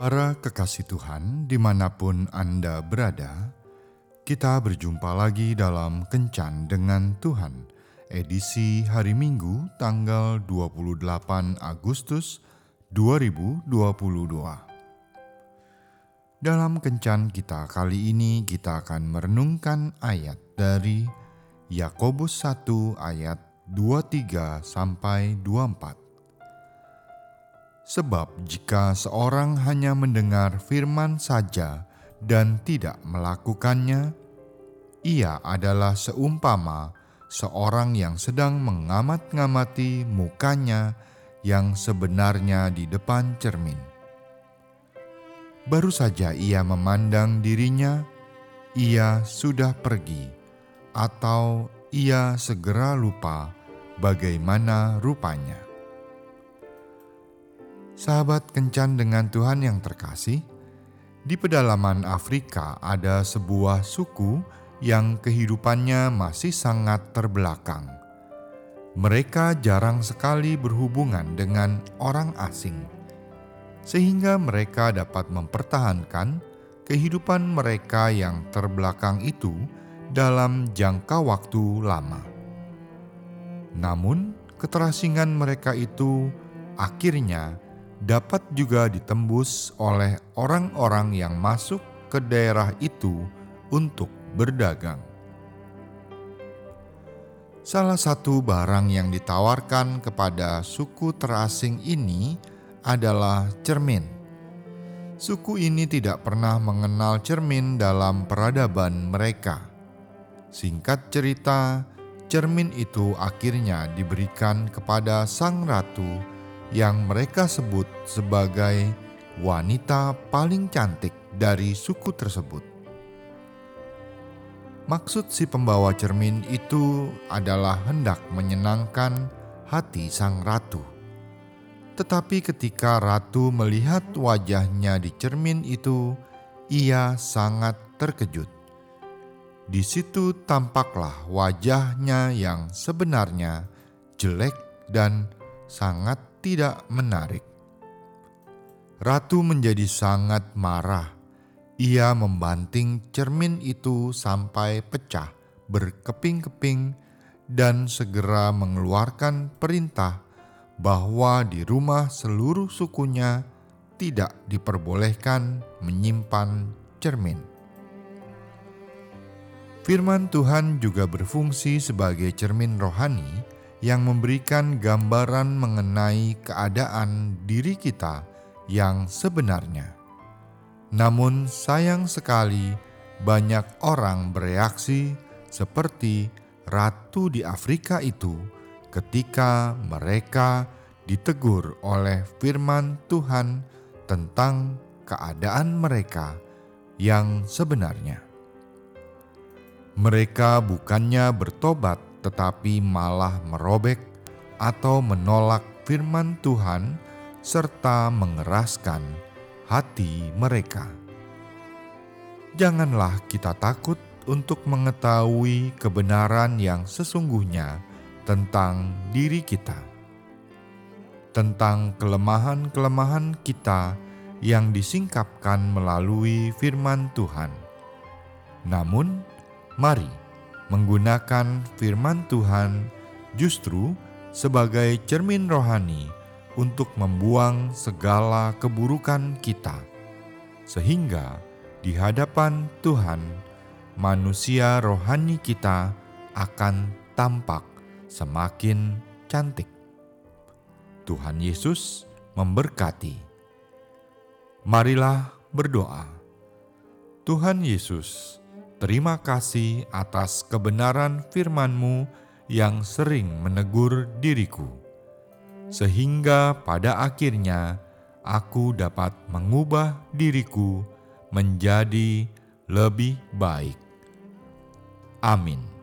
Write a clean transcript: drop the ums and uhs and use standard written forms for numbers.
Para kekasih Tuhan, dimanapun Anda berada, kita berjumpa lagi dalam Kencan dengan Tuhan, edisi hari Minggu tanggal 28 Agustus 2022. Dalam Kencan kita kali ini, kita akan merenungkan ayat dari Yakobus 1 ayat 23-24. Sebab jika seorang hanya mendengar firman saja dan tidak melakukannya, ia adalah seumpama seorang yang sedang mengamat-ngamati mukanya yang sebenarnya di depan cermin. Baru saja ia memandang dirinya, ia sudah pergi, atau ia segera lupa bagaimana rupanya. Sahabat Kencan dengan Tuhan yang terkasih, di pedalaman Afrika ada sebuah suku yang kehidupannya masih sangat terbelakang. Mereka jarang sekali berhubungan dengan orang asing, sehingga mereka dapat mempertahankan kehidupan mereka yang terbelakang itu dalam jangka waktu lama. Namun, keterasingan mereka itu akhirnya dapat juga ditembus oleh orang-orang yang masuk ke daerah itu untuk berdagang. Salah satu barang yang ditawarkan kepada suku terasing ini adalah cermin. Suku ini tidak pernah mengenal cermin dalam peradaban mereka. Singkat cerita, cermin itu akhirnya diberikan kepada sang ratu yang mereka sebut sebagai wanita paling cantik dari suku tersebut. Maksud si pembawa cermin itu adalah hendak menyenangkan hati sang ratu. Tetapi ketika ratu melihat wajahnya di cermin itu, ia sangat terkejut. Di situ tampaklah wajahnya yang sebenarnya jelek dan sangat tidak menarik. Ratu menjadi sangat marah. Ia membanting cermin itu sampai pecah berkeping-keping dan segera mengeluarkan perintah bahwa di rumah seluruh sukunya tidak diperbolehkan menyimpan cermin. Firman Tuhan juga berfungsi sebagai cermin rohani yang memberikan gambaran mengenai keadaan diri kita yang sebenarnya. Namun sayang sekali banyak orang bereaksi seperti ratu di Afrika itu ketika mereka ditegur oleh firman Tuhan tentang keadaan mereka yang sebenarnya. Mereka bukannya bertobat, tetapi malah merobek atau menolak firman Tuhan serta mengeraskan hati mereka. Janganlah kita takut untuk mengetahui kebenaran yang sesungguhnya tentang diri kita, tentang kelemahan-kelemahan kita yang disingkapkan melalui firman Tuhan. Namun, mari menggunakan firman Tuhan justru sebagai cermin rohani untuk membuang segala keburukan kita, sehingga di hadapan Tuhan manusia rohani kita akan tampak semakin cantik. Tuhan Yesus memberkati. Marilah berdoa. Tuhan Yesus, terima kasih atas kebenaran firman-Mu yang sering menegur diriku, sehingga pada akhirnya aku dapat mengubah diriku menjadi lebih baik. Amin.